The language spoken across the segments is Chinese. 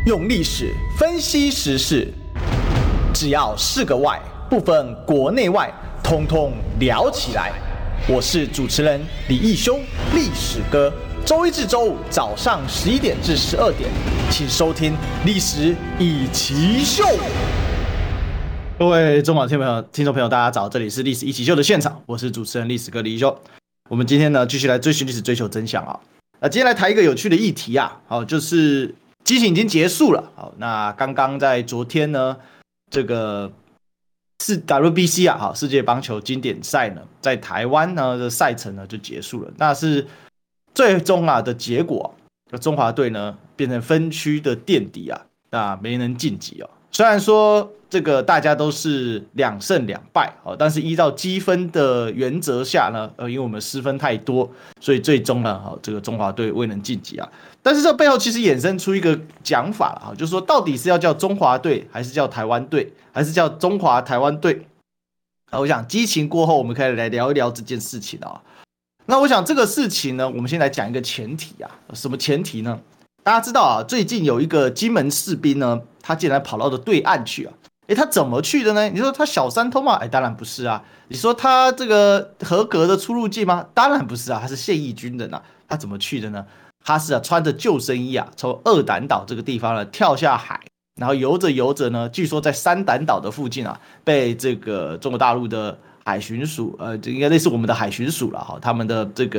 用历史分析时事，只要是个“外”，不分国内外，通通聊起来。我是主持人李义修，历史哥。周一至周五早上11点至12点，请收听《历史一起秀》。各位中广听众朋友，大家早，这里是《历史一起秀》的现场，我是主持人历史哥李义修。我们今天呢，继续来追寻历史，追求真相啊。今天来谈一个有趣的议题啊，就是激情已经结束了。好，那刚刚在昨天呢，这个是 WBC 啊，世界棒球经典赛呢，在台湾呢的赛程呢就结束了。那是最终的结果，中华队呢变成分区的垫底啊，那没能晋级哦。虽然说这个大家都是2胜2败，但是依照积分的原则下呢，因为我们失分太多，所以最终呢，这个中华队未能晋级啊。但是这背后其实衍生出一个讲法了，就是说到底是要叫中华队，还是叫台湾队，还是叫中华台湾队？我想激情过后，我们可以来聊一聊这件事情啊。那我想这个事情呢，我们先来讲一个前提啊，什么前提呢？大家知道啊，最近有一个金门士兵呢，他竟然跑到了对岸去啊！他怎么去的呢？你说他小三通吗？当然不是啊！你说他这个合格的出入境吗？当然不是啊！他是现役军人啊！他怎么去的呢？他是穿着救生衣啊，从二胆岛这个地方呢跳下海，然后游着游着呢，据说在三胆岛的附近啊，被这个中国大陆的海巡署，这应该类似我们的海巡署了哈，他们的这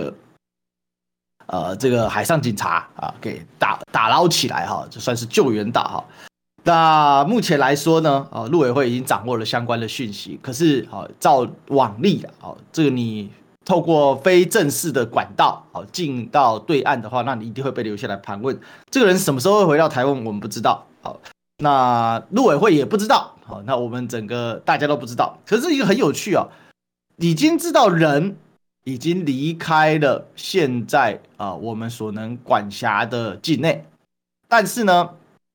个海上警察啊，给打捞起来哈，这算是救援岛哈。那目前来说呢，陆委会已经掌握了相关的讯息，可是照往例这个你透过非正式的管道进到对岸的话，那你一定会被留下来盘问。这个人什么时候会回到台湾，我们不知道。那陆委会也不知道。那我们整个大家都不知道。可是一个很有趣已经知道人已经离开了现在我们所能管辖的境内，但是呢，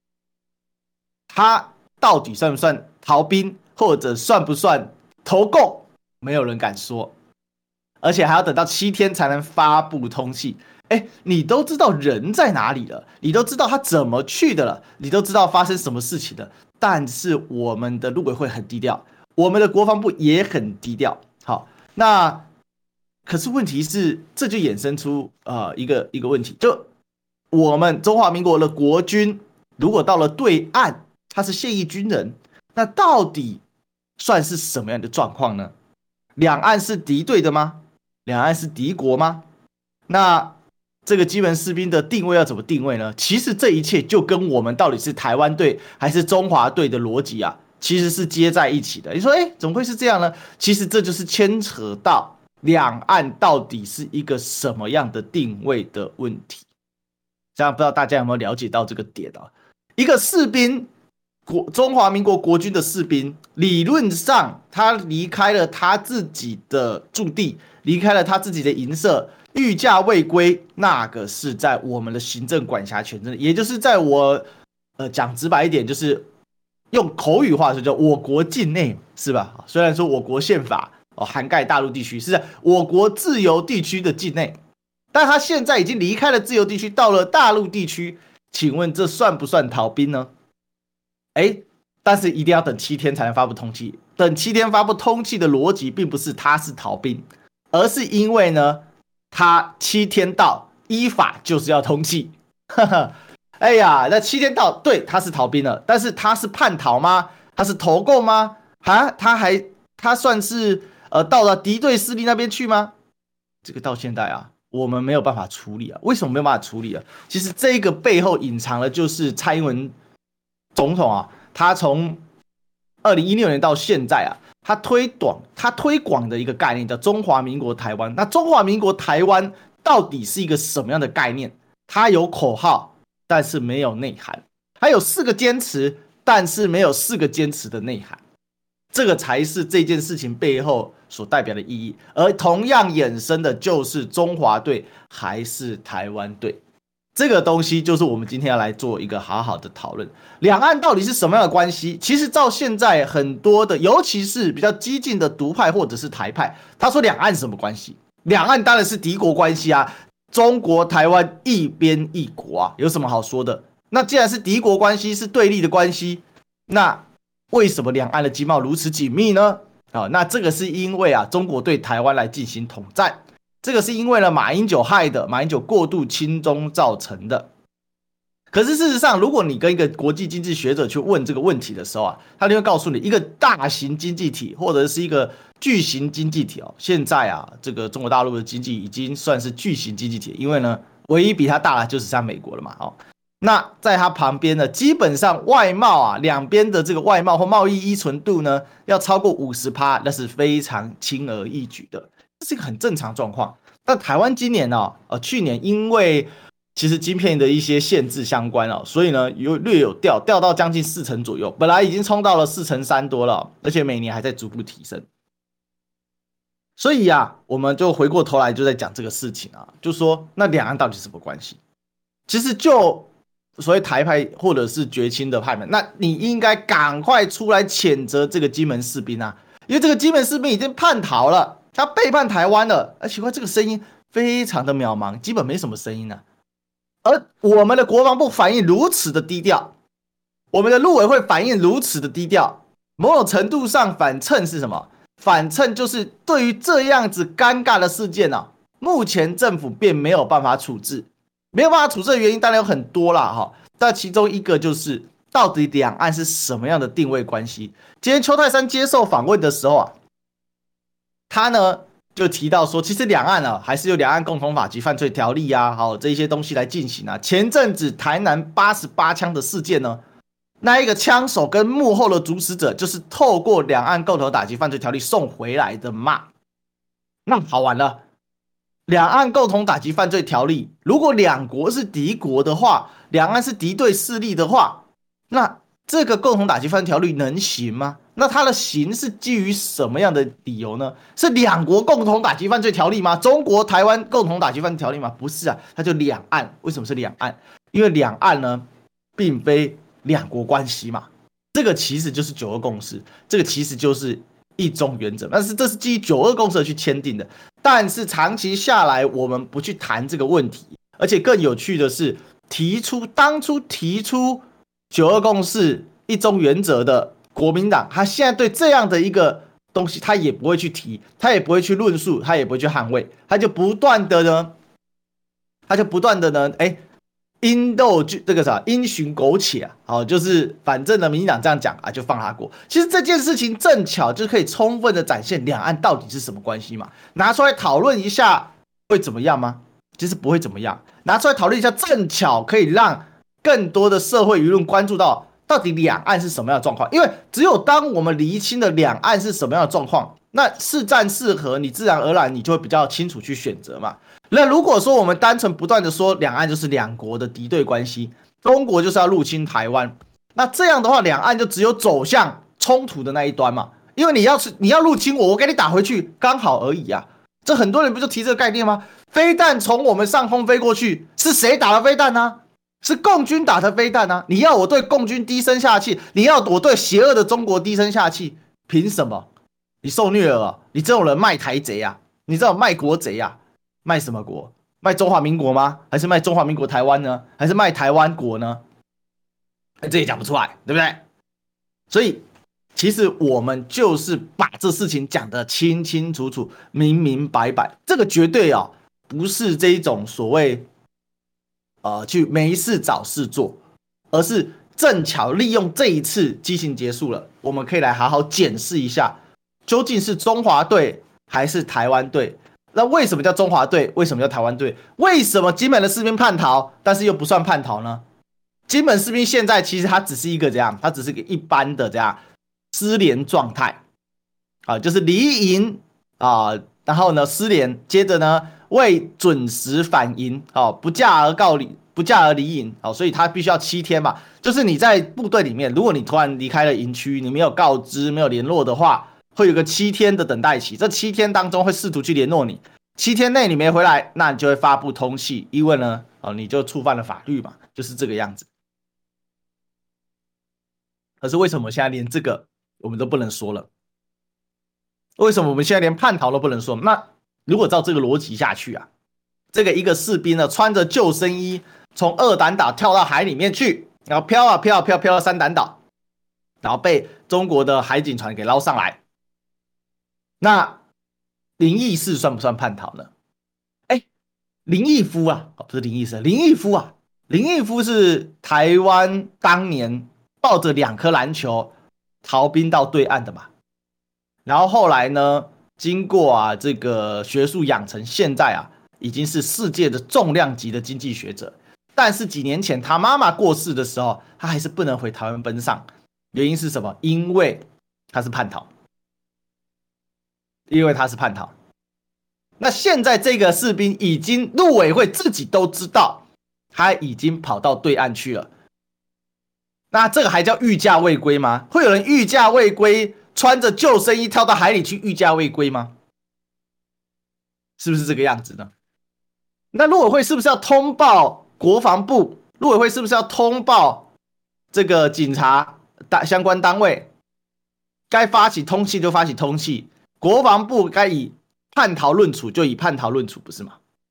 他到底算不算逃兵，或者算不算投共，没有人敢说，而且还要等到7天才能发布通气。你都知道人在哪里了，你都知道他怎么去的了，你都知道发生什么事情了，但是我们的陆委会很低调，我们的国防部也很低调。好，那可是问题是，这就衍生出一个问题，就我们中华民国的国军如果到了对岸，他是现役军人，那到底算是什么样的状况呢？两岸是敌对的吗？两岸是敌国吗？那这个金门士兵的定位要怎么定位呢？其实这一切就跟我们到底是台湾队还是中华队的逻辑其实是接在一起的。你说怎么会是这样呢？其实这就是牵扯到两岸到底是一个什么样的定位的问题。这样不知道大家有没有了解到这个点一个士兵，中华民国国军的士兵，理论上他离开了他自己的驻地，离开了他自己的营舍，御驾未归，那个是在我们的行政管辖权之内，也就是在我讲直白一点，就是用口语化说叫我国境内，是吧？虽然说我国宪法涵盖大陆地区，是在我国自由地区的境内，但他现在已经离开了自由地区，到了大陆地区，请问这算不算逃兵呢？但是一定要等7天才能发布通气。等7天发布通气的逻辑，并不是他是逃兵，而是因为呢，他7天到，依法就是要通气。那7天到，对，他是逃兵了，但是他是叛逃吗？他是投共吗？他算是到了敌对势力那边去吗？这个到现在我们没有办法处理为什么没有办法处理其实这个背后隐藏的就是蔡英文总统他从2016年到现在他推广的一个概念叫中华民国台湾。那中华民国台湾到底是一个什么样的概念？它有口号，但是没有内涵；它有4个坚持，但是没有4个坚持的内涵。这个才是这件事情背后所代表的意义。而同样衍生的就是中华队还是台湾队。这个东西就是我们今天要来做一个好好的讨论，两岸到底是什么样的关系？其实照现在很多的，尤其是比较激进的独派或者是台派，他说两岸什么关系？两岸当然是敌国关系中国台湾一边一国有什么好说的？ 那既然是敌国关系，是对立的关系，那为什么两岸的经贸如此紧密呢？那这个是因为中国对台湾来进行统战，这个是因为呢马英九害的，马英九过度亲中造成的。可是事实上，如果你跟一个国际经济学者去问这个问题的时候他就会告诉你，一个大型经济体或者是一个巨型经济体现在这个中国大陆的经济已经算是巨型经济体，因为呢，唯一比它大的就是像美国了嘛那在它旁边呢，基本上外贸两边的这个外贸或贸易依存度呢，要超过50%，那是非常轻而易举的，这是一个很正常状况。但台湾今年去年因为其实晶片的一些限制相关所以呢略有掉到将近40%左右，本来已经冲到了43%多了，而且每年还在逐步提升。所以我们就回过头来就在讲这个事情就说那两岸到底是什么关系？其实就所谓台派或者是绝亲的派们，那你应该赶快出来谴责这个金门士兵因为这个金门士兵已经叛逃了，他背叛台湾了。奇怪，这个声音非常的渺茫，基本没什么声音而我们的国防部反应如此的低调，我们的陆委会反应如此的低调，某种程度上反衬是什么？反衬就是对于这样子尴尬的事件目前政府便没有办法处置。没有办法处置的原因当然有很多啦但其中一个就是到底两岸是什么样的定位关系。今天邱泰山接受访问的时候他呢就提到说，其实两岸还是有两岸共同法及犯罪条例这些东西来进行前阵子台南88枪的事件呢，那一个枪手跟幕后的主使者就是透过两岸共同打击犯罪条例送回来的嘛。那好玩了，两岸共同打击犯罪条例，如果两国是敌国的话，两岸是敌对势力的话，那这个共同打击犯罪条例能行吗？那它的行是基于什么样的理由呢？是两国共同打击犯罪条例吗？中国台湾共同打击犯罪条例吗？不是它就两岸。为什么是两岸？因为两岸呢并非两国关系嘛，这个其实就是九二共识，这个其实就是一中原则，但是这是基于九二共识去签订的。但是长期下来，我们不去谈这个问题，而且更有趣的是，当初提出九二共识、一中原则的国民党，他现在对这样的一个东西，他也不会去提，他也不会去论述，他也不会去捍卫，他就不断的呢，因循苟且就是反正呢，民进党这样讲就放他过。其实这件事情正巧就可以充分的展现两岸到底是什么关系嘛，拿出来讨论一下会怎么样吗？其实不会怎么样，拿出来讨论一下，正巧可以让更多的社会舆论关注到底两岸是什么样的状况。因为只有当我们厘清了两岸是什么样的状况，那是战是和，你自然而然你就会比较清楚去选择嘛。那如果说我们单纯不断的说两岸就是两国的敌对关系，中国就是要入侵台湾，那这样的话两岸就只有走向冲突的那一端嘛。因为你要入侵我给你打回去刚好而已这很多人不就提这个概念吗？飞弹从我们上空飞过去，是谁打的飞弹呢？是共军打的飞弹你要我对共军低声下气，你要我对邪恶的中国低声下气，凭什么？你受虐了你这种人卖台贼你这种卖国贼卖什么国？卖中华民国吗？还是卖中华民国台湾呢？还是卖台湾国呢？这也讲不出来，对不对？所以其实我们就是把这事情讲得清清楚楚、明明白白，这个绝对不是这一种所谓去没事找事做，而是正巧利用这一次激情结束了，我们可以来好好检视一下，究竟是中华队还是台湾队？那为什么叫中华队？为什么叫台湾队？为什么金门的士兵叛逃，但是又不算叛逃呢？金门士兵现在其实他只是一个这样，他只是一个一般的这样失联状态就是离营然后呢失联，接着呢未准时返营不假而离营所以他必须要7天嘛。就是你在部队里面，如果你突然离开了营区，你没有告知、没有联络的话，会有个7天的等待期。这7天当中会试图去联络你，7天内你没回来，那你就会发布通缉，因为呢你就触犯了法律嘛，就是这个样子。可是为什么现在连这个我们都不能说了？为什么我们现在连叛逃都不能说？那如果照这个逻辑下去这个一个士兵呢，穿着救生衣从二胆岛跳到海里面去， 然后飘啊飘啊飘，飘到三胆岛，然后被中国的海警船给捞上来。那林义士算不算叛逃呢？哎，林义夫啊，不是林义士，林义夫啊，林义夫是台湾当年抱着2颗篮球逃兵到对岸的嘛。然后后来呢，经过这个学术养成，现在已经是世界的重量级的经济学者。但是几年前他妈妈过世的时候，他还是不能回台湾奔丧。原因是什么？因为他是叛逃。因为他是叛逃。那现在这个士兵已经陆委会自己都知道，他已经跑到对岸去了。那这个还叫御驾未归吗？会有人御驾未归，穿着救生衣跳到海里去御驾未归吗？是不是这个样子呢？那陆委会是不是要通报国防部？陆委会是不是要通报这个警察相关单位？该发起通缉就发起通缉，国防部该以叛逃论处就以叛逃论处，不是吗？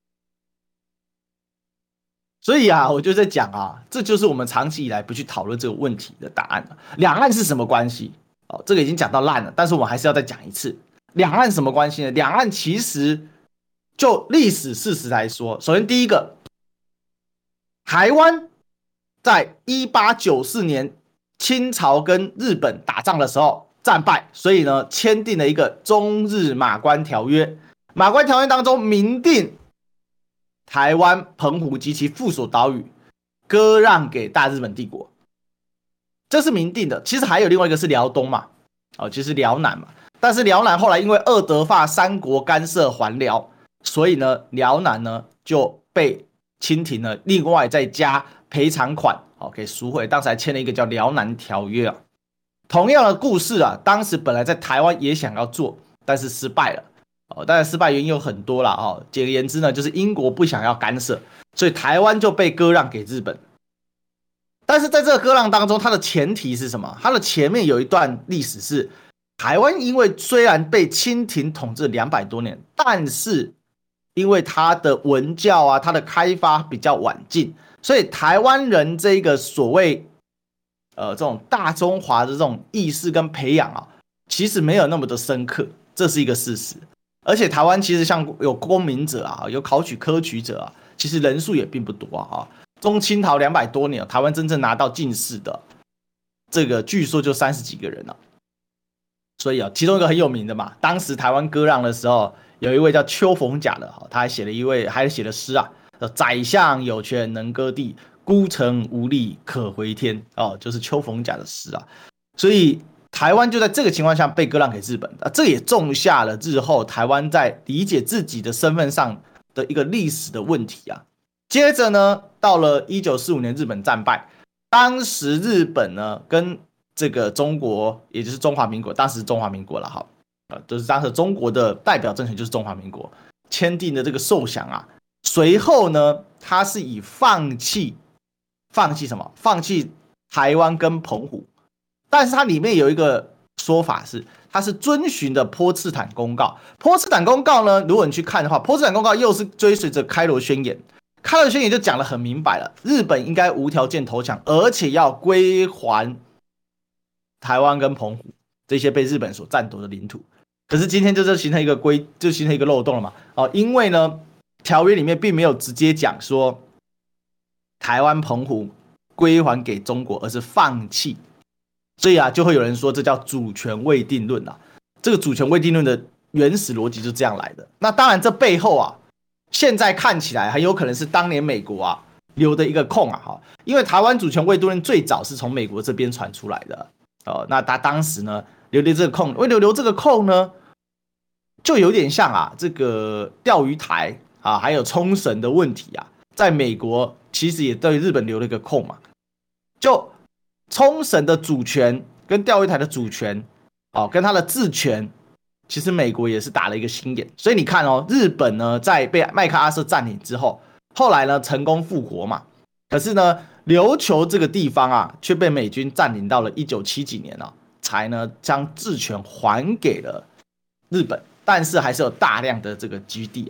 所以我就在讲这就是我们长期以来不去讨论这个问题的答案了。两岸是什么关系？这个已经讲到烂了，但是我们还是要再讲一次。两岸什么关系呢？两岸其实就历史事实来说，首先第一个，台湾在1894年清朝跟日本打仗的时候战败，所以呢签订了一个中日马关条约。马关条约当中明定台湾、澎湖及其附属岛屿割让给大日本帝国，这是明定的。其实还有另外一个是辽东嘛，其实辽南嘛，但是辽南后来因为二德法三国干涉还辽，所以呢辽南呢就被清廷呢另外再加赔偿款给赎回，当时还签了一个叫辽南条约同样的故事当时本来在台湾也想要做，但是失败了。当然失败原因有很多啦简而言之呢，就是英国不想要干涉，所以台湾就被割让给日本。但是在这个割让当中，它的前提是什么？它的前面有一段历史是台湾因为虽然被清廷统治200多年，但是因为它的文教它的开发比较晚近，所以台湾人这个所谓这种大中华的这种意识跟培养其实没有那么的深刻，这是一个事实。而且台湾其实像有公民者有考取科举者其实人数也并不多中清朝200多年，台湾真正拿到进士的这个据说就30几个人所以其中一个很有名的嘛，当时台湾割让的时候，有一位叫邱逢甲的他还写了诗宰相有权能割地，孤城无力可回天就是邱逢甲的诗所以台湾就在这个情况下被割让给日本这也种下了日后台湾在理解自己的身份上的一个历史的问题接着呢，到了1945年日本战败，当时日本呢跟这个中国，也就是中华民国，当时是中华民国了就是当时中国的代表政权就是中华民国签订的这个受降随后呢，他是以放弃什么？放弃台湾跟澎湖。但是它里面有一个说法是，它是遵循的波茨坦公告。波茨坦公告呢，如果你去看的话，波茨坦公告又是追随着开罗宣言。开罗宣言就讲得很明白了，日本应该无条件投降，而且要归还台湾跟澎湖这些被日本所占夺的领土。可是今天就形成一个漏洞了嘛？因为呢，条约里面并没有直接讲说台湾、澎湖归还给中国，而是放弃。所以就会有人说这叫主权未定论这个主权未定论的原始逻辑就是这样来的。那当然这背后现在看起来很有可能是当年美国留的一个空因为台湾主权未定论最早是从美国这边传出来的那他当时呢留这个空，为留这个空呢，就有点像这个钓鱼台还有冲绳的问题在美国其实也对日本留了一个空嘛，就冲绳的主权跟钓鱼台的主权跟它的治权，其实美国也是打了一个心眼。所以你看日本呢在被麦克阿瑟占领之后，后来呢成功复活嘛，可是呢琉球这个地方却被美军占领到了1970几年才呢将治权还给了日本，但是还是有大量的这个基地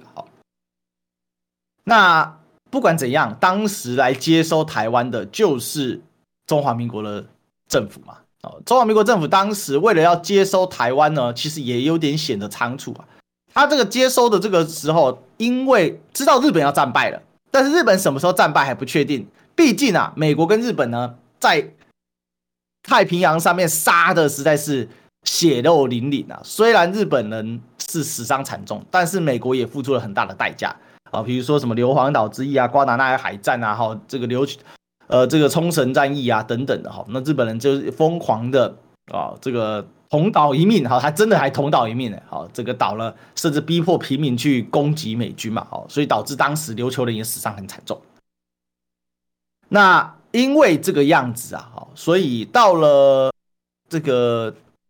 那不管怎样，当时来接收台湾的就是中华民国的政府嘛。中华民国政府当时为了要接收台湾呢，其实也有点显得仓促啊。他这个接收的这个时候，因为知道日本要战败了，但是日本什么时候战败还不确定。毕竟啊，美国跟日本呢，在太平洋上面杀的实在是血肉淋淋啊。虽然日本人是死伤惨重，但是美国也付出了很大的代价啊，比如说什么硫磺岛之役啊、瓜达那海战啊，这个冲绳战役啊等等的哈。那日本人就是疯狂的这个同岛一命哈，他真的还同岛一命呢。好，这个岛呢，甚至逼迫平民去攻击美军嘛，所以导致当时琉球人也死伤很惨重。那因为这个样子啊，所以到了这个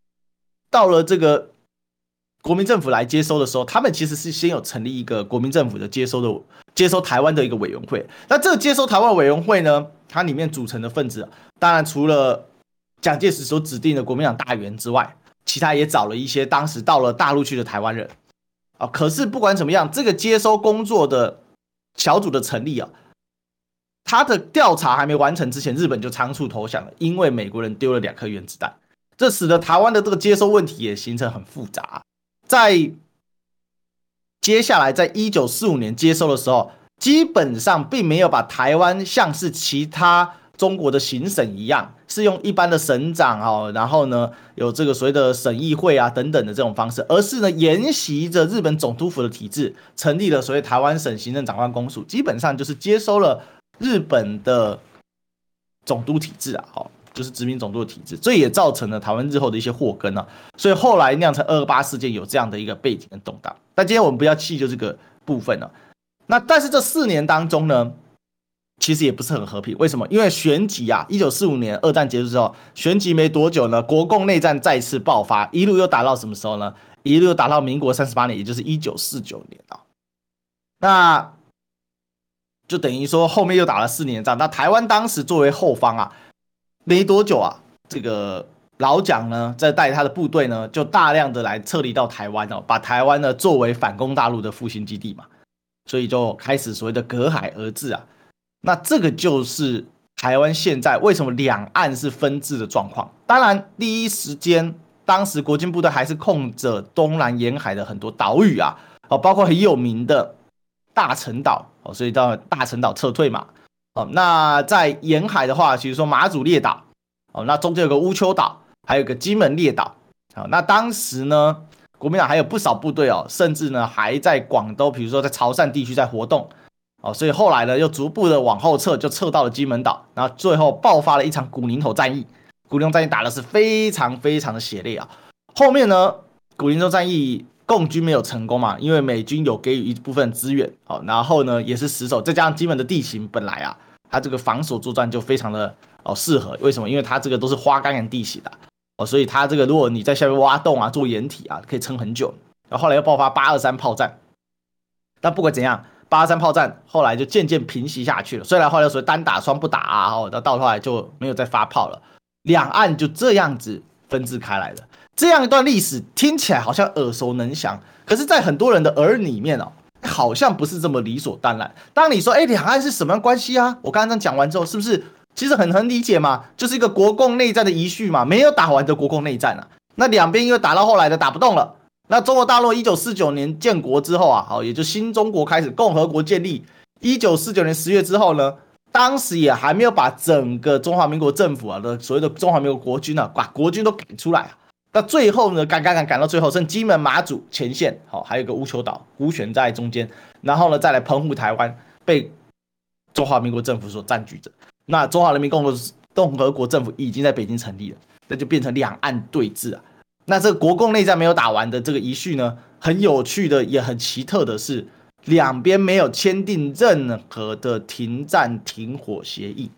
国民政府来接收的时候，他们其实是先有成立一个国民政府的接收台湾的一个委员会。那这个接收台湾委员会呢，它里面组成的分子，当然除了蒋介石所指定的国民党大员之外，其他也找了一些当时到了大陆去的台湾人可是不管怎么样，这个接收工作的小组的成立他的调查还没完成之前，日本就仓促投降了，因为美国人丢了2颗原子弹，这使得台湾的这个接收问题也形成很复杂。在接下来，在1945年接收的时候，基本上并没有把台湾像是其他中国的行省一样，是用一般的省长然后呢有这个所谓的省议会啊等等的这种方式，而是呢沿袭着日本总督府的体制，成立了所谓台湾省行政长官公署，基本上就是接收了日本的总督体制就是殖民总督的体制，这也造成了台湾日后的一些祸根所以后来酿成228事件有这样的一个背景跟动荡。但今天我们不要细究这个部分那但是这4年当中呢，其实也不是很和平。为什么？因为旋即1945年二战结束之后，旋即没多久呢，国共内战再次爆发，一路又打到什么时候呢？一路又打到民国38年，也就是1949年那就等于说后面又打了4年仗。那台湾当时作为后方没多久这个老蒋呢，在带他的部队呢，就大量的来撤离到台湾把台湾呢作为反攻大陆的复兴基地嘛，所以就开始所谓的隔海而治那这个就是台湾现在为什么两岸是分治的状况。当然，第一时间当时国军部队还是控着东南沿海的很多岛屿包括很有名的大陈岛所以到大陈岛撤退嘛。那在沿海的话，比如说马祖列岛那中间有个乌丘岛，还有个金门列岛那当时呢，国民党还有不少部队甚至呢还在广东，比如说在潮汕地区在活动所以后来呢又逐步的往后撤，就撤到了金门岛，然后最后爆发了一场古宁头战役。古宁头战役打的是非常非常的血烈后面呢，古宁头战役共军没有成功嘛，因为美军有给予一部分资源然后呢也是死守，再加上金门的地形本来它这个防守作战就非常的适合。为什么？因为它这个都是花岗岩地形所以它这个如果你在下面挖洞做掩体可以撑很久。然后后来又爆发823炮战，但不管怎样，823炮战后来就渐渐平息下去了。虽然后来所谓单打双不打到后来就没有再发炮了，两岸就这样子分支开来了。这样一段历史听起来好像耳熟能详，可是在很多人的耳里面好像不是这么理所当然。当你说两岸是什么样关系我刚刚这样讲完之后，是不是其实很理解嘛？就是一个国共内战的遗绪嘛，没有打完的国共内战那两边因为打到后来的打不动了，那中国大陆1949年建国之后也就新中国开始共和国建立。1949年10月之后呢，当时也还没有把整个中华民国政府的所谓的中华民国国军把国军都赶出来那最后呢，赶到最后剩金门马祖前线还有一个乌丘岛孤悬在中间，然后呢再来澎湖台湾被中华民国政府所占据着。那中华人民共和国政府已经在北京成立了，那就变成两岸对峙那这个国共内战没有打完的这个遗绪呢，很有趣的也很奇特的是，两边没有签订任何的停战停火协议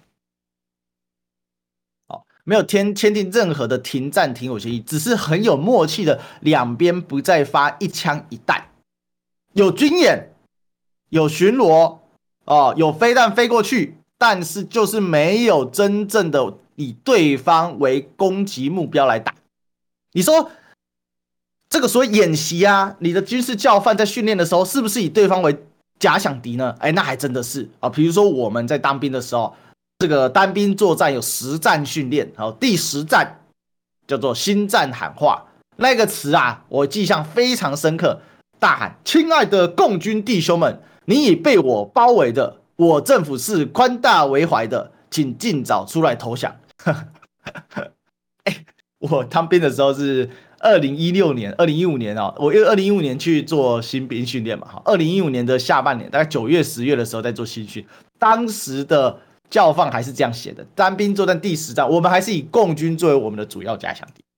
没有签订任何的停战停火协议，只是很有默契的两边不再发一枪一弹，有军演，有巡逻有飞弹飞过去，但是就是没有真正的以对方为攻击目标来打。你说这个所谓演习你的军事教范在训练的时候是不是以对方为假想敌呢？那还真的是比如说我们在当兵的时候， 这个单兵作战有实战训练，第10战叫做新战喊话，那个词啊，我印象非常深刻，大喊：亲爱的共军弟兄们，你已被我包围的，我政府是宽大为怀的，请尽早出来投降。我当兵的时候是2016年、2015年哦，我因为2015年去做新兵训练嘛，2015年的下半年，大概9月、10月的时候在做新训，当时的教放还是这样写的：单兵作战第10战，我们还是以共军作为我们的主要假想敌。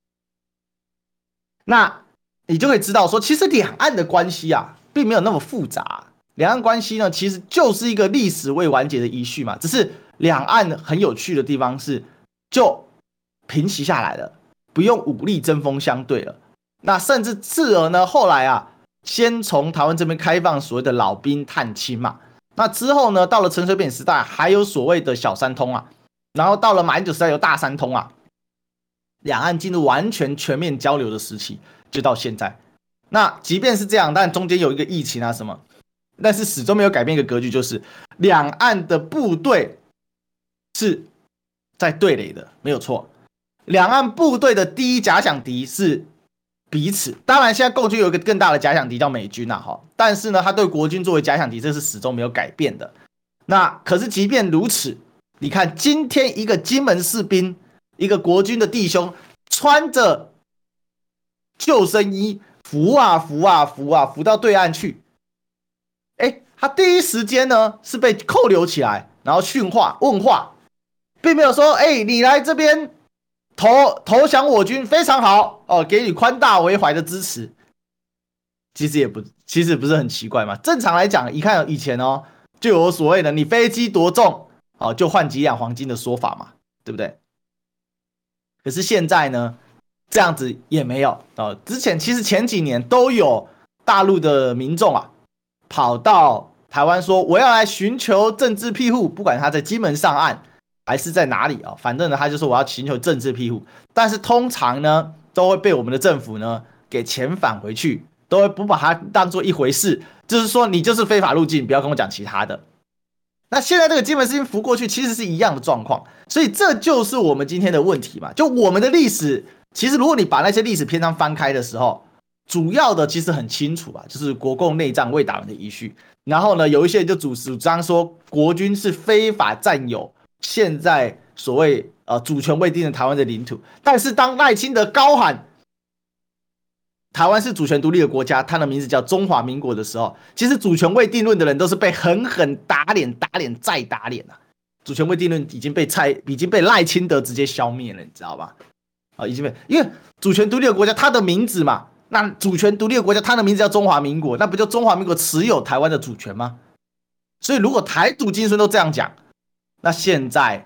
那你就可以知道说，其实两岸的关系啊，并没有那么复杂。两岸关系呢，其实就是一个历史未完结的遗绪嘛。只是两岸很有趣的地方是，就平息下来了，不用武力针锋相对了。那甚至次而呢，后来啊，先从台湾这边开放所谓的老兵探亲嘛。那之后呢，到了陈水扁时代，还有所谓的小三通啊，然后到了马英九时代有大三通啊，两岸进入完全全面交流的时期，就到现在。那即便是这样，但中间有一个疫情啊什么，但是始终没有改变一个格局，就是两岸的部队是在对垒的，没有错。两岸部队的第一假想敌是彼此，当然现在共军有一个更大的假想敌叫美军啊，但是呢，他对国军作为假想敌，这是始终没有改变的。那可是即便如此，你看今天一个金门士兵，一个国军的弟兄，穿着救生衣浮啊浮啊浮啊浮到对岸去，他第一时间呢是被扣留起来，然后训话问话，并没有说你来这边投降我军非常好哦，给予宽大为怀的支持。其实不是很奇怪嘛？正常来讲，一看以前哦，就有所谓的你飞机多重哦，就换几两黄金的说法嘛，对不对？可是现在呢，这样子也没有哦。其实前几年都有大陆的民众啊，跑到台湾说我要来寻求政治庇护，不管他在金门上岸还是在哪里啊，反正呢他就说我要寻求政治庇护，但是通常呢都会被我们的政府呢给遣返回去，都会不把它当做一回事，就是说你就是非法入境，不要跟我讲其他的。那现在这个金门事情浮过去，其实是一样的状况，所以这就是我们今天的问题嘛。就我们的历史，其实如果你把那些历史篇章翻开的时候，主要的其实很清楚啊，就是国共内战未打完的遗绪。然后呢，有一些人就主张说国军是非法占有现在所谓主权未定的台湾的领土。但是当赖清德高喊台湾是主权独立的国家，他的名字叫中华民国的时候，其实主权未定论的人都是被狠狠打脸再打脸啊！主权未定论已经被赖清德直接消灭了，你知道吧？已经被，因为主权独立的国家，它的名字嘛，那主权独立的国家，它的名字叫中华民国，那不就中华民国持有台湾的主权吗？所以如果台独精神都这样讲，那现在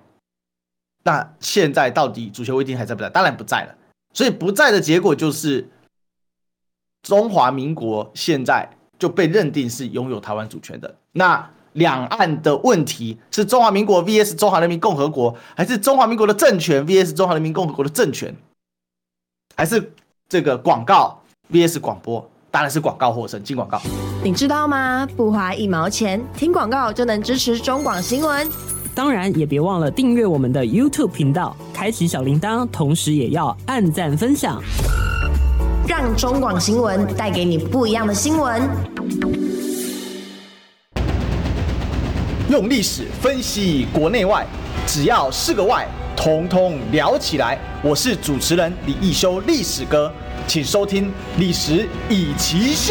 到底主权未定还在不在？当然不在了。所以不在的结果就是中华民国现在就被认定是拥有台湾主权的。那两岸的问题是中华民国 vs 中华人民共和国，还是中华民国的政权 vs 中华人民共和国的政权，还是这个广告 vs 广播？当然是广告获胜，进广告。 你知道吗？不花1毛钱，听广告就能支持中广新闻。 当然也别忘了订阅我们的 YouTube 频道，开启小铃铛，同时也要按赞分享， 让中广新闻带给你不一样的新闻。 用历史分析国内外，只要是个外，统统聊起来。我是主持人李义修，历史哥，请收听《历史一起秀》。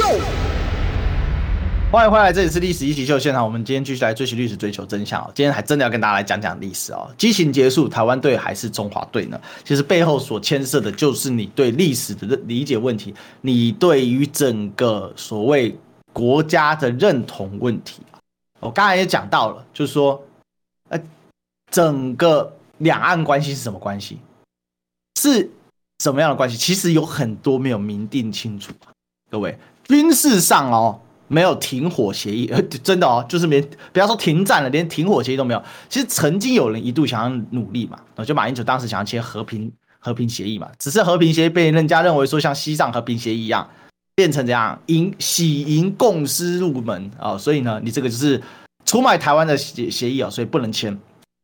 欢迎回来，这里是历史一起秀现场。我们今天继续来追寻历史，追求真相。今天还真的要跟大家来讲讲历史哦。激情结束，台湾队还是中华队呢？其实背后所牵涉的就是你对历史的理解问题，你对于整个所谓国家的认同问题。我刚才也讲到了，就是说，整个两岸关系是什么关系？是什么样的关系？其实有很多没有明定清楚。各位，军事上哦。没有停火协议，真的哦，就是不要说停战了，连停火协议都没有。其实曾经有人一度想要努力嘛，就马英九当时想要签和平协议嘛，只是和平协议被人家认为说像西藏和平协议一样，变成这样喜迎共司入门啊，所以呢，你这个就是出卖台湾的协议啊，所以不能签。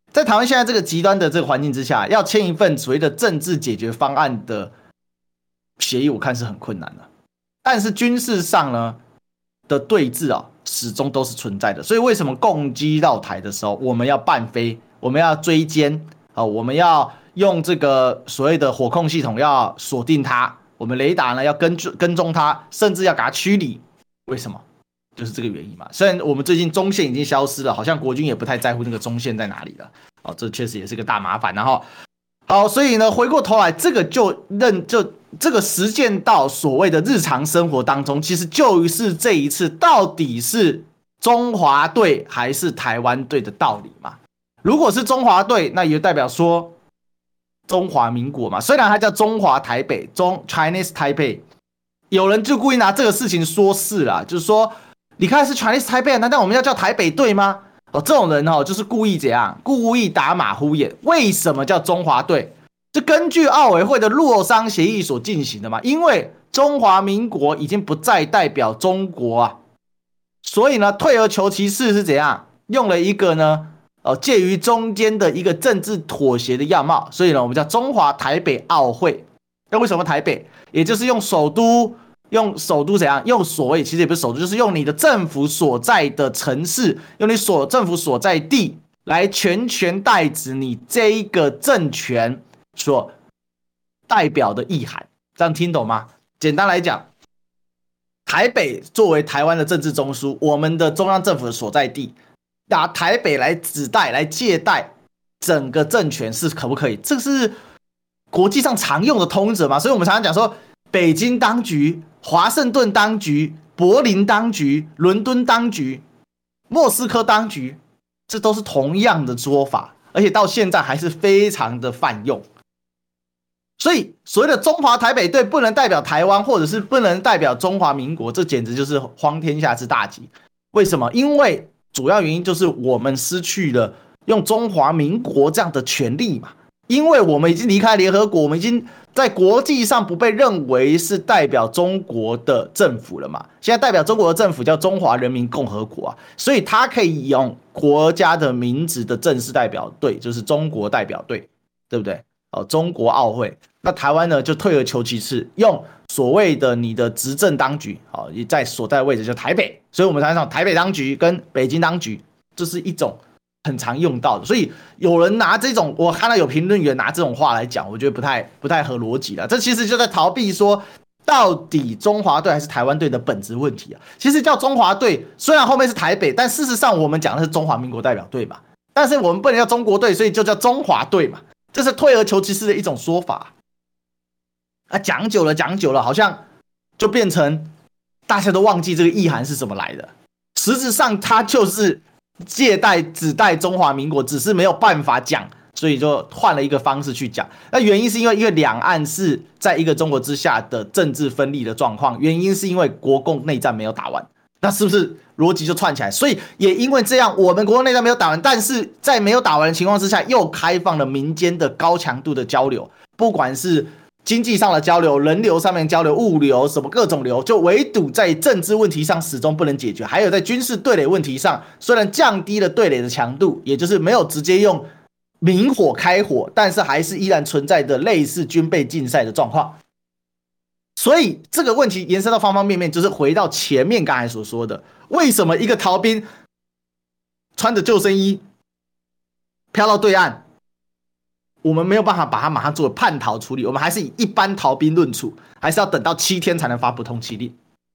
在台湾现在这个极端的这个环境之下，要签一份所谓的政治解决方案的协议，我看是很困难的。但是军事上呢的对峙啊，始终都是存在的。所以为什么共机绕台的时候，我们要伴飞，我们要追歼啊，我们要用这个所谓的火控系统要锁定它，我们雷达呢要跟踪它，甚至要给它驱离。为什么？就是这个原因嘛。虽然我们最近中线已经消失了，好像国军也不太在乎那个中线在哪里了。哦，这确实也是个大麻烦。然后，好，所以呢，回过头来，这个就这个实践到所谓的日常生活当中，其实就是这一次到底是中华队还是台湾队的道理嘛。如果是中华队，那也代表说中华民国嘛。虽然它叫中华台北，Chinese Taipei， 有人就故意拿这个事情说事啦，就是说。你看是 Chinese Taipei， 难道我们要叫台北队吗？哦，这种人哦，就是故意怎样？故意打马虎眼。为什么叫中华队？是根据奥委会的洛桑协议所进行的嘛？因为中华民国已经不再代表中国啊，所以呢，退而求其次是怎样？用了一个呢，介于中间的一个政治妥协的样貌，所以呢，我们叫中华台北奥会。那为什么台北？也就是用首都怎样？用所谓其实也不是首都，就是用你的政府所在的城市，用你政府所在地来全权代指你这一个政权所代表的意涵。这样听懂吗？简单来讲，台北作为台湾的政治中枢，我们的中央政府的所在地，拿台北来指代、来借代整个政权是可不可以？这是国际上常用的通则嘛。所以我们常常讲说，北京当局、华盛顿当局、柏林当局、伦敦当局、莫斯科当局，这都是同样的说法，而且到现在还是非常的泛用。所以所谓的中华台北队不能代表台湾，或者是不能代表中华民国，这简直就是荒天下之大稽。为什么？因为主要原因就是我们失去了用中华民国这样的权利嘛。因为我们已经离开联合国，我们已经在国际上不被认为是代表中国的政府了嘛。现在代表中国的政府叫中华人民共和国啊，所以他可以用国家的名字的正式代表队，就是中国代表队，对不对？中国奥会。那台湾呢，就退而求其次，用所谓的你的执政当局，在所在位置就台北，所以我们常常台北当局跟北京当局，这是一种很常用到的。所以有人拿这种，我看到有评论员拿这种话来讲，我觉得不太合逻辑了。这其实就在逃避说，到底中华队还是台湾队的本质问题啊。其实叫中华队，虽然后面是台北，但事实上我们讲的是中华民国代表队嘛。但是我们不能叫中国队，所以就叫中华队嘛。这是退而求其次的一种说法。讲久了，好像就变成大家都忘记这个意涵是怎么来的。实质上，它就是指代中华民国，只是没有办法讲，所以就换了一个方式去讲。那原因是因为两岸是在一个中国之下的政治分立的状况，原因是因为国共内战没有打完。那是不是逻辑就串起来？所以也因为这样，我们国共内战没有打完，但是在没有打完的情况之下，又开放了民间的高强度的交流，不管是经济上的交流、人流上面交流、物流什么各种流，就唯独在政治问题上始终不能解决。还有在军事对垒问题上，虽然降低了对垒的强度，也就是没有直接用明火开火，但是还是依然存在的类似军备竞赛的状况。所以这个问题延伸到方方面面，就是回到前面刚才所说的，为什么一个逃兵穿着救生衣飘到对岸，我们没有办法把它马上作为叛逃处理，我们还是以一般逃兵论处，还是要等到7天才能发布通缉令。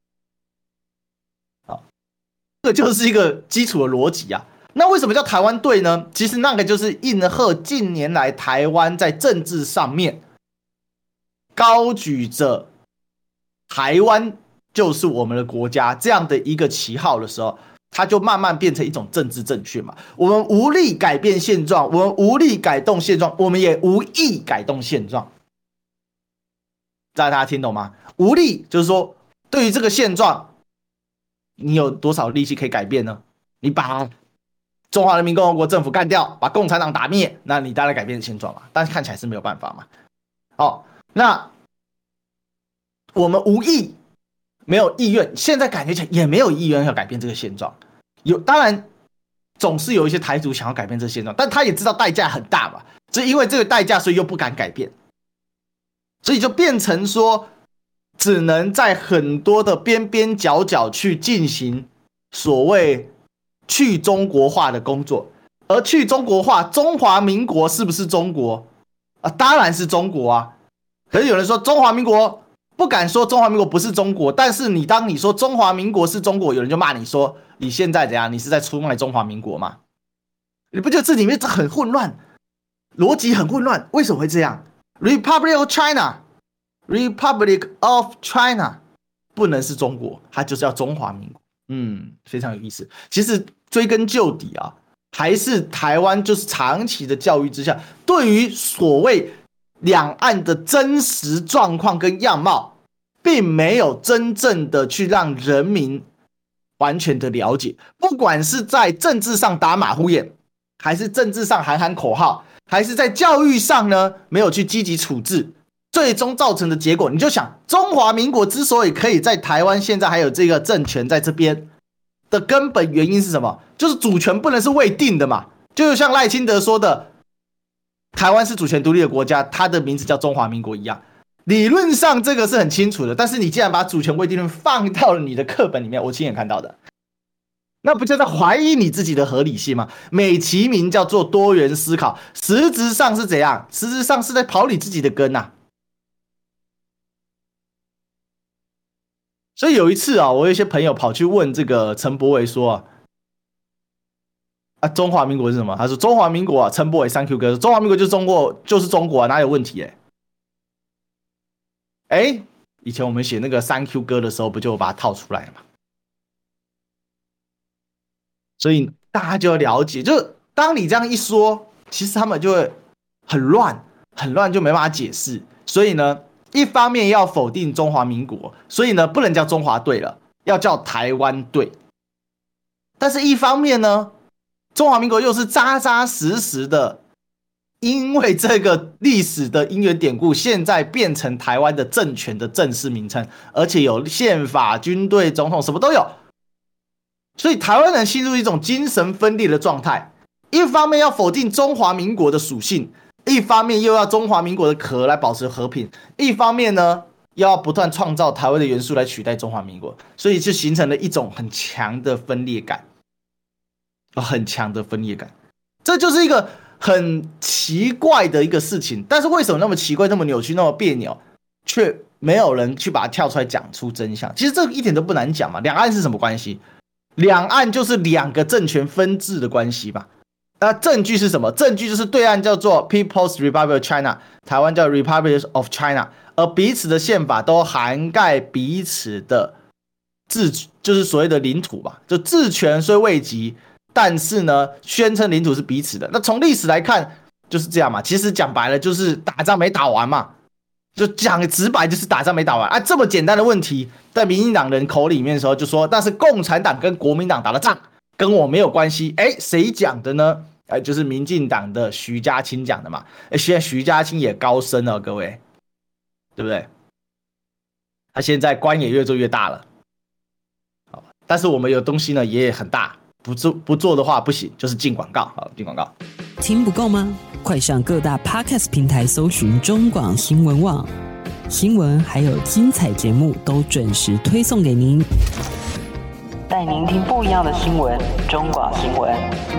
这就是一个基础的逻辑啊。那为什么叫台湾队呢？其实那个就是应和近年来台湾在政治上面高举着台湾就是我们的国家这样的一个旗号的时候，它就慢慢变成一种政治正确嘛。我们无力改变现状，我们无力改动现状，我们也无意改动现状。大家听懂吗？无力就是说，对于这个现状，你有多少力气可以改变呢？你把中华人民共和国政府干掉，把共产党打灭，那你当然改变现状嘛。但是看起来是没有办法嘛。那我们无意，没有意愿，现在感觉起来也没有意愿要改变这个现状。当然总是有一些台独想要改变这现状，但他也知道代价很大嘛，就因为这个代价，所以又不敢改变，所以就变成说，只能在很多的边边角角去进行所谓去中国化的工作。而去中国化，中华民国是不是中国啊？当然是中国啊。可是有人说中华民国，不敢说中华民国不是中国，但是当你说中华民国是中国，有人就骂你说你现在怎样？你是在出卖中华民国吗？你不觉得这里面很混乱，逻辑很混乱？为什么会这样 ？Republic of China，Republic of China 不能是中国，它就是要中华民国。非常有意思。其实追根究底啊，还是台湾就是长期的教育之下，对于所谓两岸的真实状况跟样貌，并没有真正的去让人民完全的了解。不管是在政治上打马虎眼，还是政治上喊口号，还是在教育上呢没有去积极处置，最终造成的结果，你就想中华民国之所以可以在台湾现在还有这个政权在这边的根本原因是什么？就是主权不能是未定的嘛。就像赖清德说的，台湾是主权独立的国家，它的名字叫中华民国一样。理论上这个是很清楚的，但是你既然把主权未定论放到了你的课本里面，我亲眼看到的，那不就在怀疑你自己的合理性吗？美其名叫做多元思考，实质上是怎样？实质上是在刨你自己的根啊。所以有一次啊，我有一些朋友跑去问这个陈柏惟说中华民国是什么？他说中华民国啊，陈柏惟3Q 哥，中华民国就是中国，就是中国啊，哪有问题以前我们写那个3Q 歌的时候，不就把它套出来了吗？所以大家就要了解，就是当你这样一说，其实他们就会很乱，就没办法解释。所以呢，一方面要否定中华民国，所以呢不能叫中华队了，要叫台湾队。但是一方面呢，中华民国又是扎扎实实的，因为这个历史的因缘典故，现在变成台湾的政权的正式名称，而且有宪法、军队、总统，什么都有。所以台湾人陷入一种精神分裂的状态，一方面要否定中华民国的属性，一方面又要中华民国的壳来保持和平，一方面呢又要不断创造台湾的元素来取代中华民国，所以就形成了一种很强的分裂感，这就是一个很奇怪的一个事情。但是为什么那么奇怪、那么扭曲、那么别扭，却没有人去把它跳出来讲出真相？其实这一点都不难讲嘛。两岸是什么关系？两岸就是两个政权分治的关系吧。那证据是什么？证据就是对岸叫做 People's Republic of China， 台湾叫 Republic of China， 而彼此的宪法都涵盖彼此的就是所谓的领土吧，就治权虽未及，但是呢，宣称领土是彼此的。那从历史来看就是这样嘛。其实讲白了就是打仗没打完嘛，就讲直白就是打仗没打完啊。这么简单的问题，在民进党人口里面的时候就说那是共产党跟国民党打的仗，跟我没有关系。谁讲的呢？就是民进党的徐家清讲的嘛。现在徐家清也高升了，各位，对不对？他现在官也越做越大了。但是我们有东西呢也很大，不做的话不行，就是进广告。好，进广告。 听不够吗？快上各大 Podcast 平台搜寻中广新闻网，新闻还有精彩节目都准时推送给您，带您听不一样的新闻。中广新闻，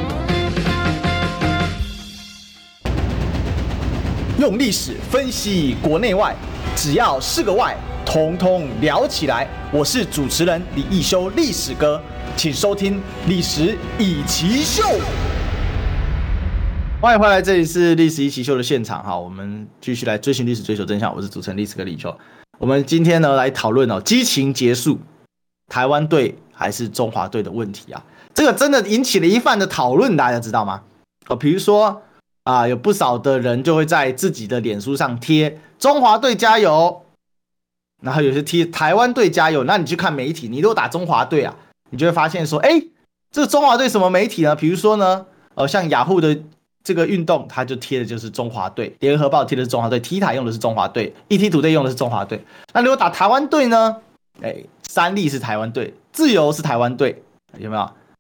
用历史分析国内外，只要是个外，统统聊起来。我是主持人李义修，历史哥，请收听《历史一起秀》。欢迎回来，这里是《历史一起秀》的现场哈，我们继续来追寻历史，追求真相。我是主持人历史哥李修。我们今天呢来讨论激情结束，台湾队还是中华队的问题啊。这个真的引起了一番的讨论，大家知道吗？比如说有不少的人就会在自己的脸书上贴中华队加油，然后有些贴台湾队加油。那你去看媒体，你如果打中华队啊，你就会发现说，这个中华队什么媒体呢？比如说呢，像雅虎的这个运动，它就贴的就是中华队，联合报贴的是中华队，T 台用的是中华队，ET 土队用的是中华队。那如果打台湾队呢？三立是台湾队，自由是台湾队，有没有？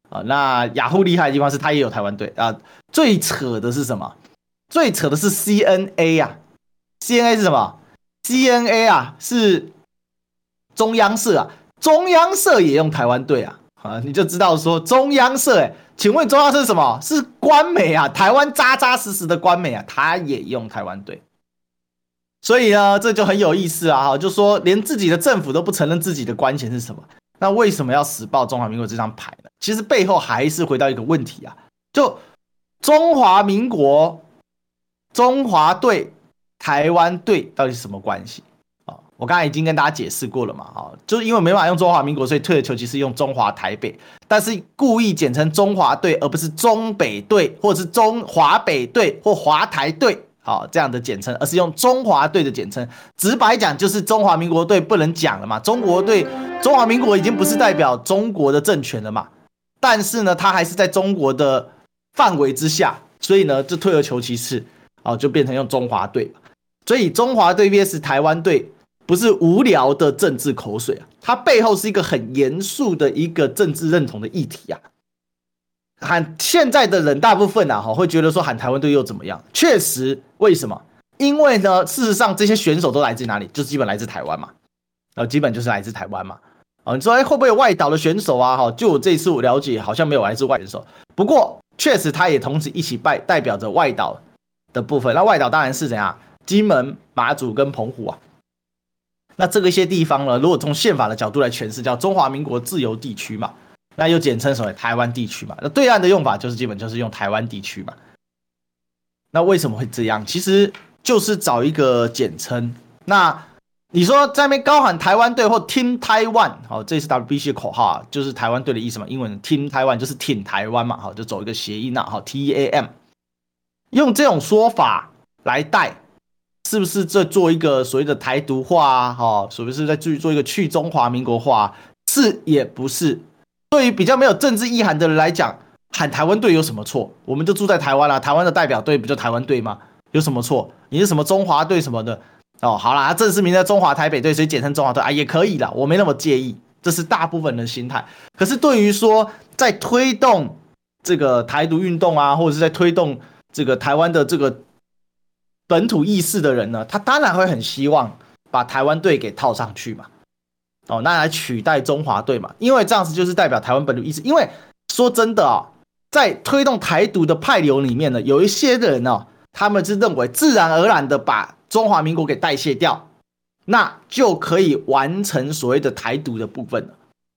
啊。那雅虎厉害的地方是它也有台湾队啊。最扯的是什么？最扯的是 CNA 啊 ，CNA 是什么 ？CNA 啊是中央社啊，中央社也用台湾队啊。你就知道说中央社，请问中央社是什么？是官媒啊，台湾扎扎实实的官媒啊，他也用台湾队。所以呢，这就很有意思啊，就说连自己的政府都不承认自己的官衔是什么，那为什么要死抱中华民国这张牌呢？其实背后还是回到一个问题啊，就中华民国、中华队、台湾队到底是什么关系？我刚才已经跟大家解释过了嘛，就是因为没办法用中华民国，所以退而求其次用中华台北，但是故意简称中华队，而不是中北队，或者是中华北队或华台队，这样的简称，而是用中华队的简称。直白讲，就是中华民国队不能讲了嘛，中国队、中华民国已经不是代表中国的政权了嘛，但是呢，它还是在中国的范围之下，所以呢，就退而求其次，就变成用中华队。所以中华队 vs 台湾队。不是无聊的政治口水啊，它背后是一个很严肃的一个政治认同的议题啊。现在的人大部分会觉得说喊台湾队又怎么样？确实，为什么？因为呢，事实上这些选手都来自哪里？就基本来自台湾嘛，基本就是来自台湾嘛。你说会不会有外岛的选手啊？就我这一次我了解，好像没有来自外选手。不过确实，他也同时一起代表着外岛的部分。那外岛当然是怎样？金门、马祖跟澎湖啊。那这个一些地方呢，如果从宪法的角度来诠释，叫中华民国自由地区嘛，那又简称什么台湾地区嘛。那对岸的用法就是基本就是用台湾地区嘛。那为什么会这样？其实就是找一个简称。那你说在那边高喊台湾队或 Team Taiwan， 这是 WBC 的口号啊，就是台湾队的意思嘛。英文 Team Taiwan 就是挺台湾嘛，就走一个谐音啊，TAM， 用这种说法来带。是不是在做一个所谓的台独化啊？是不是在做一个去中华民国化？是也不是？对于比较没有政治意涵的人来讲，喊台湾队有什么错？我们就住在台湾啦，台湾的代表队不就台湾队吗？有什么错？你是什么中华队什么的？好啦，正式名叫中华台北队，所以简称中华队啊，也可以啦，我没那么介意，这是大部分人的心态。可是对于说在推动这个台独运动啊，或者是在推动这个台湾的这个本土意识的人呢，他当然会很希望把台湾队给套上去嘛，那来取代中华队嘛，因为这样子就是代表台湾本土意识。因为说真的在推动台独的派流里面呢，有一些人他们是认为自然而然的把中华民国给代谢掉，那就可以完成所谓的台独的部分了。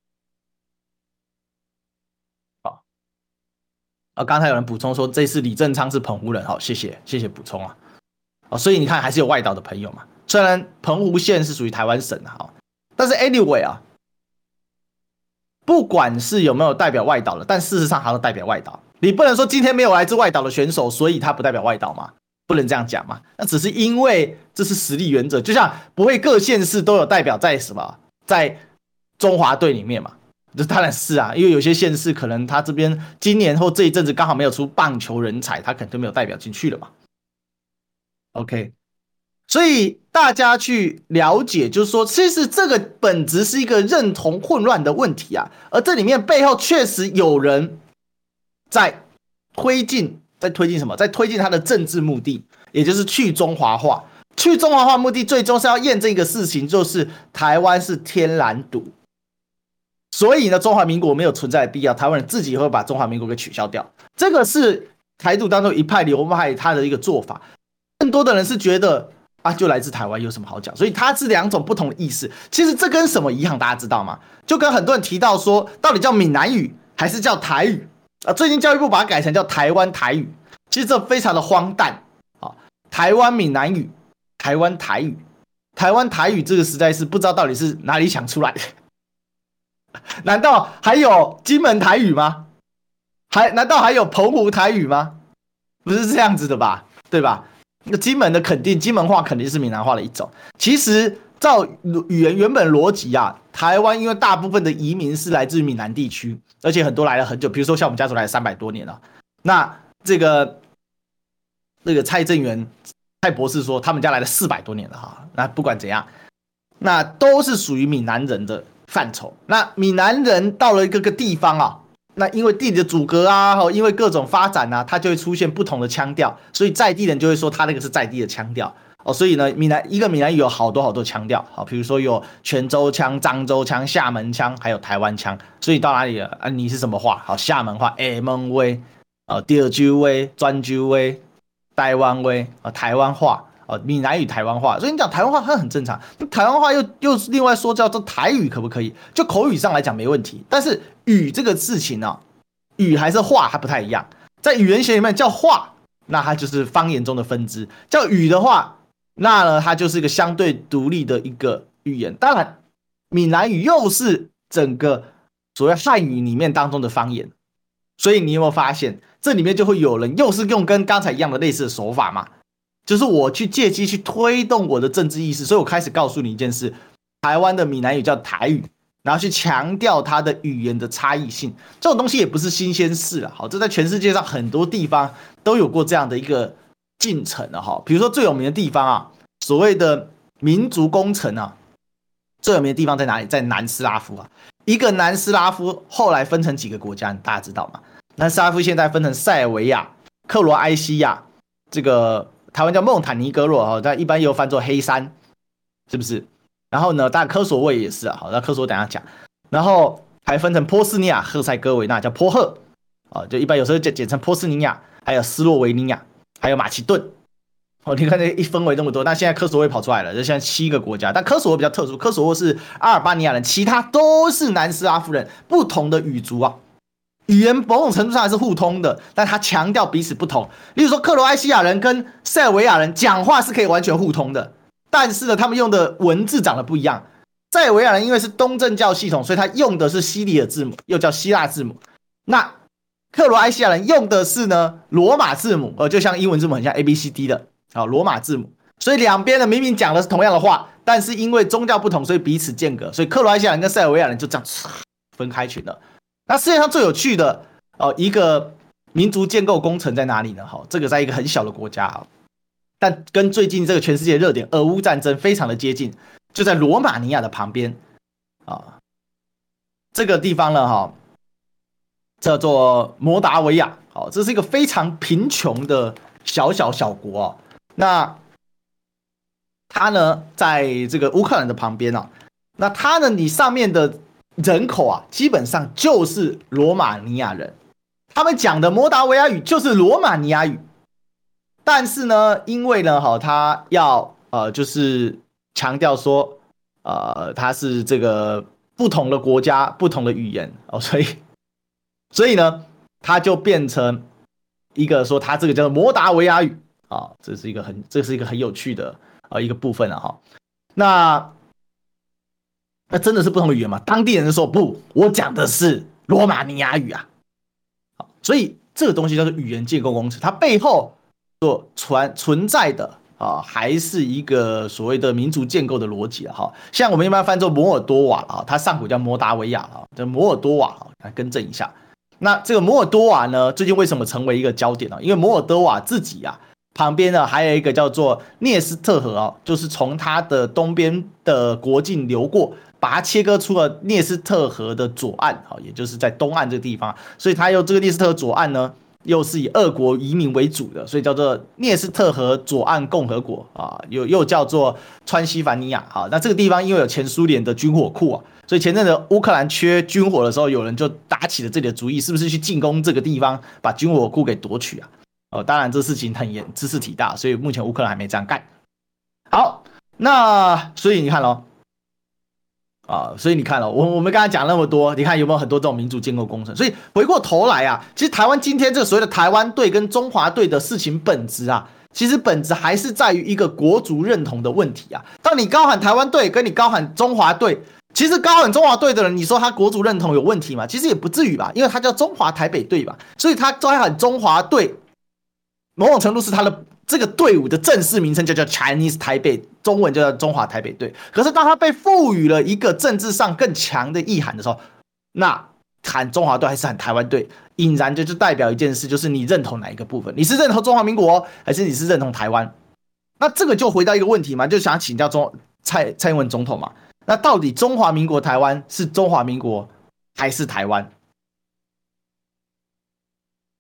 刚才有人补充说这次李正昌是澎湖人，谢谢补充啊。所以你看还是有外岛的朋友嘛，虽然澎湖县是属于台湾省但是 anyway 不管是有没有代表外岛的，但事实上还是代表外岛。你不能说今天没有来自外岛的选手，所以他不代表外岛嘛，不能这样讲嘛。那只是因为这是实力原则，就像不会各县市都有代表在什么，在中华队里面嘛。这当然是因为有些县市可能他这边今年或这一阵子刚好没有出棒球人才，他可能就没有代表进去了嘛。OK， 所以大家去了解，就是说，其实这个本质是一个认同混乱的问题啊，而这里面背后确实有人在推进什么？在推进他的政治目的，也就是去中华化。去中华化目的最终是要验证一个事情，就是台湾是天然独，所以呢，中华民国没有存在的必要，台湾人自己会把中华民国给取消掉。这个是台独当中一派流派他的一个做法。更多的人是觉得就来自台湾有什么好讲，所以它是两种不同的意思。其实这跟什么一样，大家知道吗？就跟很多人提到说，到底叫闽南语还是叫台语最近教育部把它改成叫台湾台语，其实这非常的荒诞台湾闽南语、台湾台语、台湾台语，这个实在是不知道到底是哪里想出来的。难道还有金门台语吗？难道还有澎湖台语吗？不是这样子的吧，对吧？金门话肯定是闽南话的一种。其实照语言原本逻辑台湾因为大部分的移民是来自于闽南地区，而且很多来了很久，比如说像我们家族来了300多年了。那这个蔡正元蔡博士说他们家来了400多年了那不管怎样，那都是属于闽南人的范畴。那闽南人到了一个地方那因为地理的阻隔啊，因为各种发展啊，它就会出现不同的腔调，所以在地人就会说它那个是在地的腔调哦。所以呢，一个闽南语有好多腔调，好，比如说有泉州腔、漳州腔、厦门腔，还有台湾腔。所以到哪里了啊？你是什么话？好，厦门话、厦门话、潮州话、泉州话、台湾话、台湾话。闽南语台湾话，所以你讲台湾话它很正常，台湾话又另外说叫做台语可不可以？就口语上来讲没问题，但是语这个事情啊，语还是话它不太一样，在语言学里面叫话，那它就是方言中的分支；叫语的话，那呢它就是一个相对独立的一个语言。当然，闽南语又是整个所谓汉语里面当中的方言，所以你有没有发现，这里面就会有人又是用跟刚才一样的类似的手法嘛？就是我去借机去推动我的政治意识，所以我开始告诉你一件事：台湾的闽南语叫台语，然后去强调它的语言的差异性。这种东西也不是新鲜事了，好，这在全世界上很多地方都有过这样的一个进程了哈。比如说最有名的地方啊，所谓的民族工程啊，最有名的地方在哪里？在南斯拉夫啊。一个南斯拉夫后来分成几个国家，大家知道吗？南斯拉夫现在分成塞尔维亚、克罗埃西亚，这个台湾叫孟坦尼哥罗，但一般又翻作黑山，是不是？然后呢，当然科索沃也是啊，好，那科索沃等一下讲。然后还分成波斯尼亚、赫塞哥维那，叫波赫，就一般有时候简称波斯尼亚，还有斯洛维尼亚，还有马其顿。你看这一分为这么多，那现在科索沃也跑出来了，这现在7个国家，但科索沃比较特殊，科索沃是阿尔巴尼亚人，其他都是南斯拉夫人，不同的语族啊。语言某种程度上还是互通的，但他强调彼此不同。例如说，克罗埃西亚人跟塞尔维亚人讲话是可以完全互通的，但是呢，他们用的文字长得不一样。塞尔维亚人因为是东正教系统，所以他用的是西里尔字母，又叫希腊字母。那克罗埃西亚人用的是呢罗马字母，就像英文字母很像 ABCD 的罗马字母。所以两边呢明明讲的是同样的话，但是因为宗教不同，所以彼此间隔。所以克罗埃西亚人跟塞尔维亚人就这样分开群了。那世界上最有趣的一个民族建构工程在哪里呢？这个在一个很小的国家，但跟最近这个全世界热点俄乌战争非常的接近，就在罗马尼亚的旁边这个地方呢叫做摩达维亚，这是一个非常贫穷的小国那它呢在这个乌克兰的旁边那它呢你上面的人口基本上就是罗马尼亚人，他们讲的摩达维亚语就是罗马尼亚语，但是呢，因为呢，他要就是强调说，他是这个不同的国家、不同的语言所以呢，他就变成一个说他这个叫做摩达维亚语这是一个很有趣的一个部分那真的是不同语言吗？当地人说不，我讲的是罗马尼亚语所以这个东西叫做语言建构工程，它背后所存在的还是一个所谓的民族建构的逻辑像我们一般翻作摩尔多瓦它上古叫摩达维亚叫摩尔多瓦来更正一下。那这个摩尔多瓦呢，最近为什么成为一个焦点因为摩尔多瓦自己旁边呢还有一个叫做涅斯特河就是从它的东边的国境流过，把它切割出了涅斯特河的左岸也就是在东岸这个地方，所以它这个涅斯特河左岸呢又是以俄国移民为主的，所以叫做涅斯特河左岸共和国又叫做川西凡尼亚那这个地方因为有前苏联的军火库所以前阵子乌克兰缺军火的时候，有人就打起了这里的主意，是不是去进攻这个地方，把军火库给夺取当然这事情知识体大，所以目前乌克兰还没这样干。好，那所以你看咯我们刚才讲那么多，你看有没有很多这种民主建构工程？所以回过头来其实台湾今天这个所谓的台湾队跟中华队的事情本质其实本质还是在于一个国族认同的问题当你高喊台湾队跟你高喊中华队，其实高喊中华队的人，你说他国族认同有问题吗？其实也不至于吧，因为他叫中华台北队吧，所以他高喊中华队，某种程度是他的这个队伍的正式名称就叫 Chinese 台北，中文就叫中华台北队。可是当他被赋予了一个政治上更强的意涵的时候，那喊中华队还是喊台湾队，隐然就代表一件事，就是你认同哪一个部分？你是认同中华民国，还是你是认同台湾？那这个就回到一个问题嘛，就想请教蔡英文总统嘛。那到底中华民国台湾是中华民国还是台湾？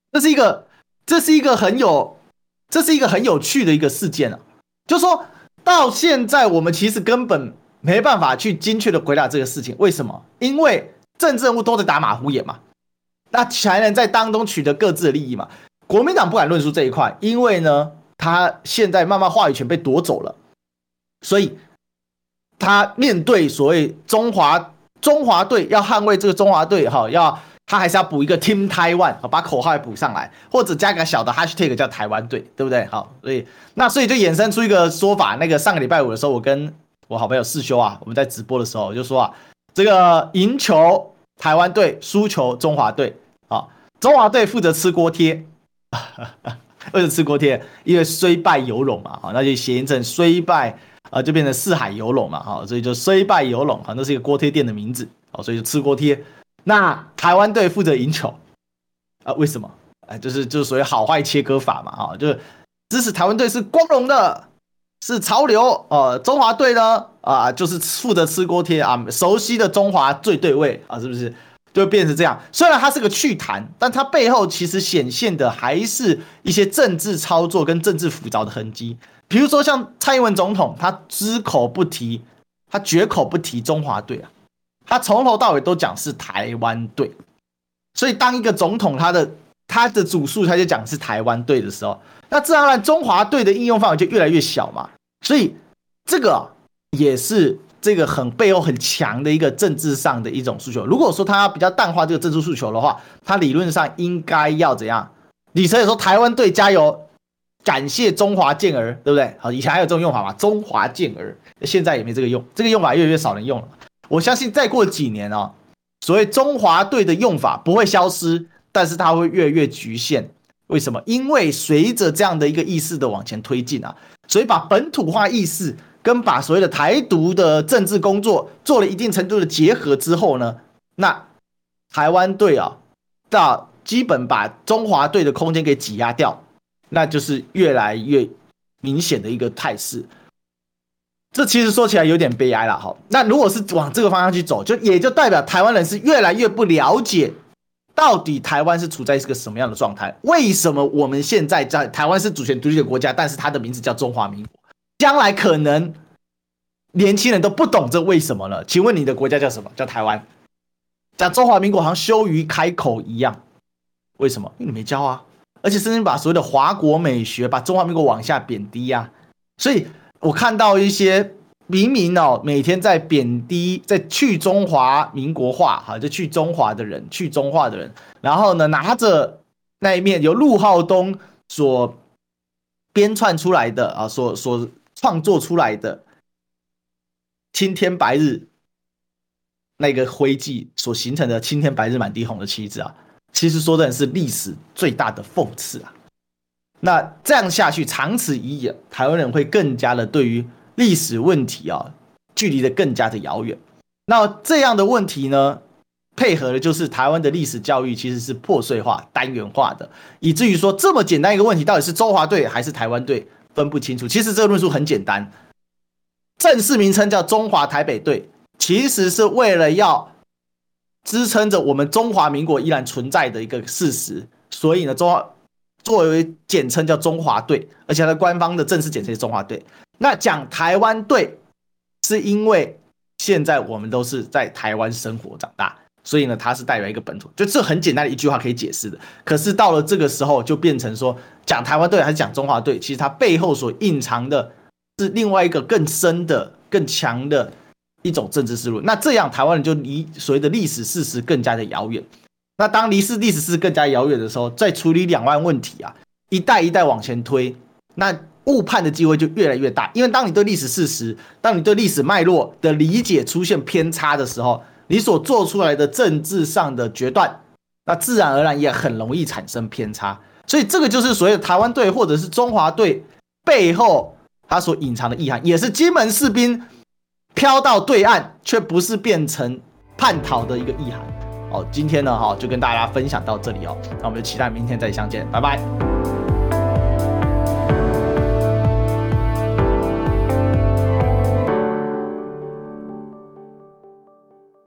这是一个很有趣的一个事件啊，就是说到现在我们其实根本没办法去精确的回答这个事情，为什么？因为政治人物都在打马虎眼嘛，那才能在当中取得各自的利益嘛。国民党不敢论述这一块，因为呢，他现在慢慢话语权被夺走了，所以他面对所谓中华队要捍卫这个中华队他还是要补一个 Team Taiwan， 把口号也补上来，或者加个小的 hashtag 叫台湾队，对不对？好，所以就衍生出一个说法。那个上个礼拜五的时候，我跟我好朋友世修啊，我们在直播的时候我就说啊，这个赢球台湾队，输球中华队啊，中华队负责吃锅贴。为了吃锅贴，因为虽败犹荣嘛，那就谐音成虽败就变成四海游龙嘛，所以就虽败犹荣，那是一个锅贴店的名字，所以就吃锅贴。那台湾队负责赢球为什么？就是所谓好坏切割法嘛，就是支持台湾队是光荣的，是潮流中华队呢就是负责吃锅贴啊，熟悉的中华最对味啊，是不是？就变成这样。虽然它是个趣谈，但它背后其实显现的还是一些政治操作跟政治复杂的痕迹。比如说像蔡英文总统，他绝口不提中华队啊，他从头到尾都讲是台湾队。所以当一个总统他的主诉他就讲是台湾队的时候，那自然而然中华队的应用范围就越来越小嘛。所以这个也是这个背后很强的一个政治上的一种诉求。如果说他要比较淡化这个政治诉求的话，他理论上应该要怎样？李晨也说台湾队加油，感谢中华健儿，对不对？好，以前还有这种用法嘛，中华健儿，现在也没这个用，这个用法越来越少人用了。我相信再过几年所谓中华队的用法不会消失，但是它会越来越局限。为什么？因为随着这样的一个意识的往前推进所以把本土化意识跟把所谓的台独的政治工作做了一定程度的结合之后呢，那台湾队到基本把中华队的空间给挤压掉，那就是越来越明显的一个态势。这其实说起来有点悲哀啦。那如果是往这个方向去走，也就代表台湾人是越来越不了解到底台湾是处在一个什么样的状态。为什么我们现在在台湾是主权独立的国家，但是它的名字叫中华民国？将来可能年轻人都不懂这为什么了。请问你的国家叫什么？叫台湾。讲中华民国好像羞于开口一样。为什么？因为你没教啊，而且甚至把所谓的华国美学把中华民国往下贬低啊。所以我看到一些明明每天在贬低，在去中华民国化就去中华的人，去中化的人，然后呢拿着那一面由陆浩东所编撰出来的所创作出来的青天白日那个徽记所形成的青天白日满地红的旗帜其实说的是历史最大的讽刺那这样下去，长此以往，台湾人会更加的对于历史问题距离的更加的遥远。那这样的问题呢，配合的就是台湾的历史教育其实是破碎化、单元化的，以至于说这么简单一个问题，到底是中华队还是台湾队分不清楚。其实这个论述很简单，正式名称叫中华台北队，其实是为了要支撑着我们中华民国依然存在的一个事实，所以呢，作为简称叫中华队，而且它的官方的正式简称是中华队。那讲台湾队，是因为现在我们都是在台湾生活长大，所以呢，它是代表一个本土，就这很简单的一句话可以解释的。可是到了这个时候，就变成说讲台湾队还是讲中华队，其实它背后所隐藏的是另外一个更深的、更强的一种政治思路。那这样台湾人就离所谓的历史事实更加的遥远。那当历史事实更加遥远的时候，在处理两岸问题一代一代往前推，那误判的机会就越来越大。因为当你对历史事实、当你对历史脉络的理解出现偏差的时候，你所做出来的政治上的决断，那自然而然也很容易产生偏差。所以这个就是所谓的台湾队或者是中华队背后它所隐藏的意涵，也是金门士兵飘到对岸却不是变成叛逃的一个意涵。今天呢就跟大家分享到这里那我们就期待明天再相见，拜拜。